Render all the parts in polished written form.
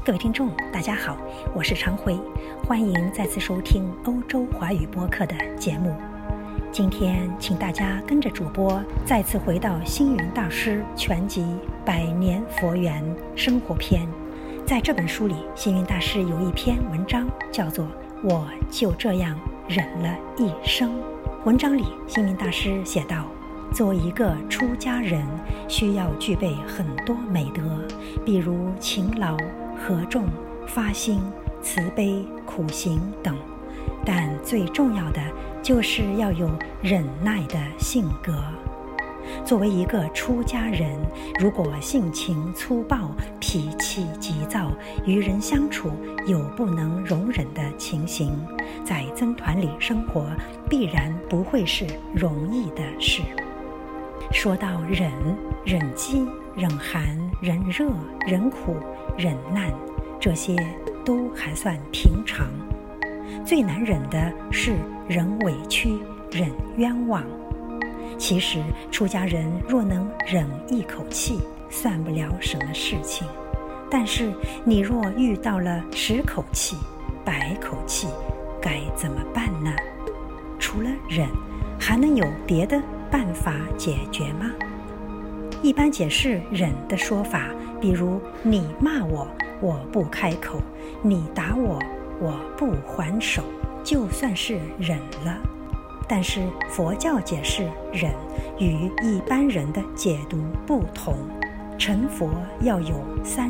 各位听众大家好，我是常辉，欢迎再次收听欧洲华语播客的节目。今天请大家跟着主播再次回到星云大师全集100年佛缘生活篇。在这本书里，星云大师有一篇文章叫做我就这样忍了一生。文章里星云大师写道，作为一个出家人，需要具备很多美德，比如勤劳、和众、发心、慈悲、苦行等，但最重要的就是要有忍耐的性格。作为一个出家人，如果性情粗暴、脾气急躁，与人相处有不能容忍的情形，在僧团里生活必然不会是容易的事。说到忍，忍饥、忍寒、忍热、忍苦、忍难，这些都还算平常。最难忍的是忍委屈、忍冤枉。其实出家人若能忍一口气，算不了什么事情，但是你若遇到了10口气、100口气，该怎么办呢？除了忍，还能有别的办法解决吗？一般解释忍的说法，比如你骂我，我不开口；你打我，我不还手，就算是忍了。但是佛教解释忍与一般人的解读不同，成佛要有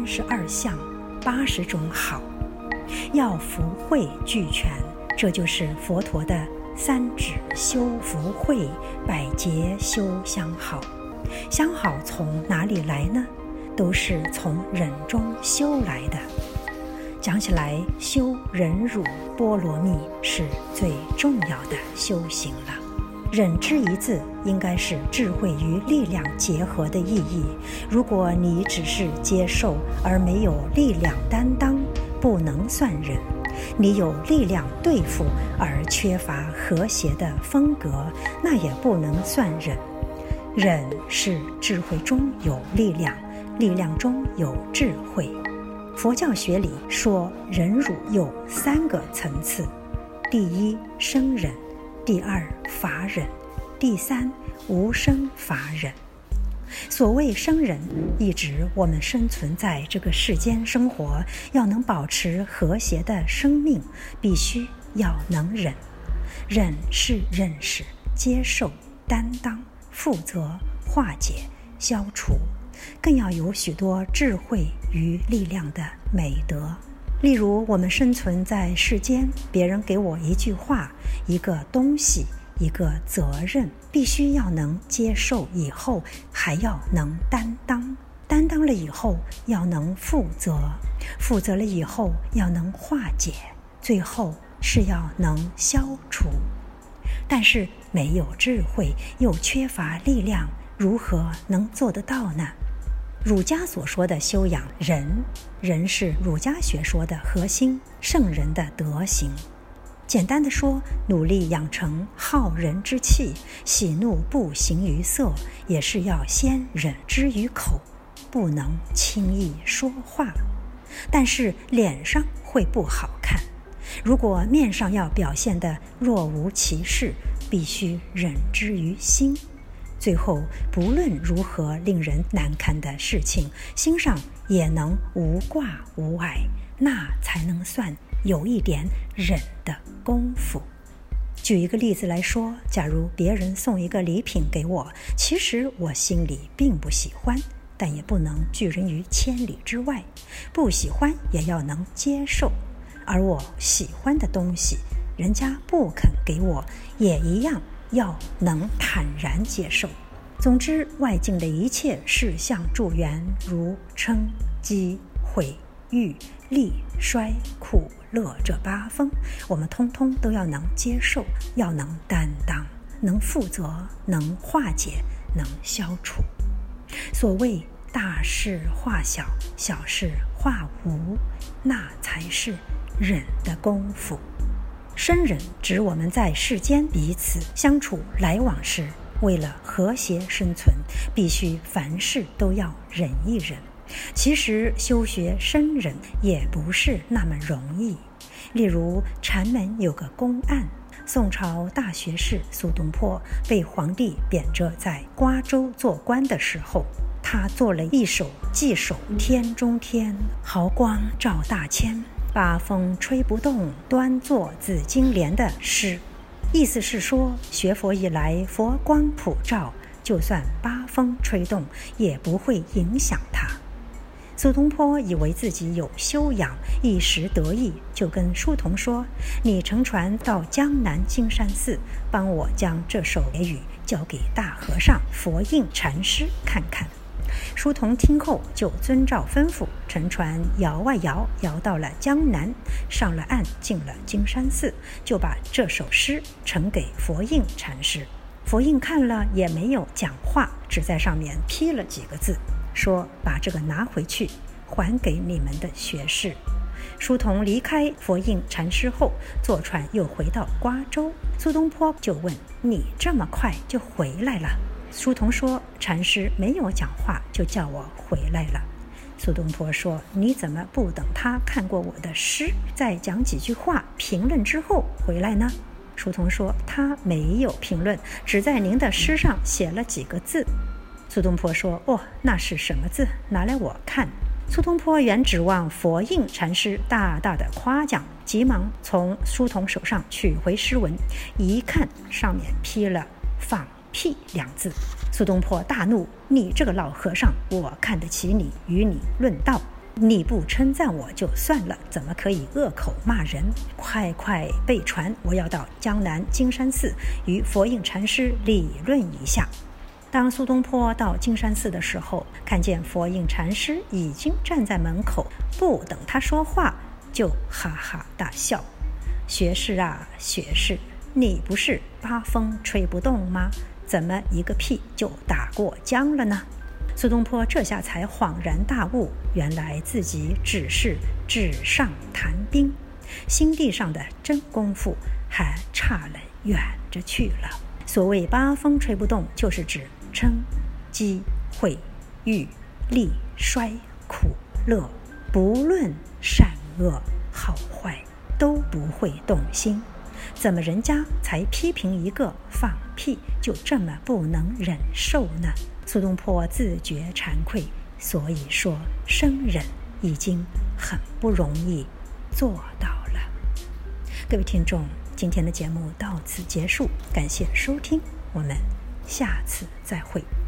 32相80种好，要福慧俱全，这就是佛陀的3指修福慧，100劫修相好。相好从哪里来呢？都是从忍中修来的。讲起来，修忍辱波罗蜜是最重要的修行了。忍之一字应该是智慧与力量结合的意义。如果你只是接受而没有力量担当，不能算忍。你有力量对付而缺乏和谐的风格，那也不能算忍。忍是智慧中有力量，力量中有智慧。佛教学里说忍辱有3个层次，第一生忍，第2法忍，第3无生法忍。所谓生忍，意指我们生存在这个世间生活，要能保持和谐的生命，必须要能忍。忍是认识、接受、担当、负责、化解、消除，更要有许多智慧与力量的美德。例如我们生存在世间，别人给我一句话、一个东西、一个责任，必须要能接受，以后还要能担当，担当了以后要能负责，负责了以后要能化解，最后是要能消除。但是没有智慧，又缺乏力量，如何能做得到呢？儒家所说的修养仁，仁是儒家学说的核心，圣人的德行。简单的说，努力养成好仁之气，喜怒不形于色，也是要先忍之于口，不能轻易说话。但是脸上会不好看，如果面上要表现得若无其事，必须忍之于心。最后不论如何令人难堪的事情，心上也能无挂无碍，那才能算有一点忍的功夫。举一个例子来说，假如别人送一个礼品给我，其实我心里并不喜欢，但也不能拒人于千里之外，不喜欢也要能接受。而我喜欢的东西，人家不肯给我，也一样要能坦然接受。总之，外境的一切事项助缘，如嗔、饥、毁、欲、利、衰、苦、乐这8风，我们通通都要能接受，要能担当，能负责，能化解，能消除。所谓大事化小，小事化无，那才是忍的功夫。生忍指我们在世间彼此相处来往时，为了和谐生存，必须凡事都要忍一忍， 其实修学生忍也不是那么容易。例如禅门有个公案，宋朝大学士苏东坡被皇帝贬谪在瓜州做官的时候，他做了一首寄守天中天，毫光照大千，八风吹不动，端坐紫金莲的诗。意思是说，学佛以来，佛光普照，就算八风吹动也不会影响他。苏东坡以为自己有修养，一时得意，就跟书童说，你乘船到江南金山寺，帮我将这首偈语交给大和尚佛印禅师看看。书童听后就遵照吩咐，乘船摇啊摇，摇到了江南，上了岸，进了金山寺，就把这首诗呈给佛印禅师。佛印看了也没有讲话，只在上面批了几个字，说把这个拿回去，还给你们的学士。书童离开佛印禅师后，坐船又回到瓜州。苏东坡就问，你这么快就回来了？书童说，禅师没有讲话，就叫我回来了。苏东坡说，你怎么不等他看过我的诗，再讲几句话评论之后回来呢？书童说，他没有评论，只在您的诗上写了几个字。苏东坡说，哦，那是什么字？拿来我看。苏东坡原指望佛印禅师大大的夸奖，急忙从书童手上取回诗文，一看上面批了放屁2字。苏东坡大怒，你这个老和尚，我看得起你，与你论道，你不称赞我就算了，怎么可以恶口骂人？快备船，我要到江南金山寺与佛印禅师理论一下。当苏东坡到金山寺的时候，看见佛印禅师已经站在门口，不等他说话就哈哈大笑。学士啊学士，你不是八风吹不动吗？怎么一个屁就打过江了呢？苏东坡这下才恍然大悟，原来自己只是纸上谈兵，心地上的真功夫还差了远着去了。所谓八风吹不动，就是指嗔、忌、讳、欲、利、衰、苦、乐，不论善恶好坏都不会动心。怎么人家才批评一个放屁就这么不能忍受呢？苏东坡自觉惭愧，所以说生忍已经很不容易做到了。各位听众，今天的节目到此结束，感谢收听，我们下次再会。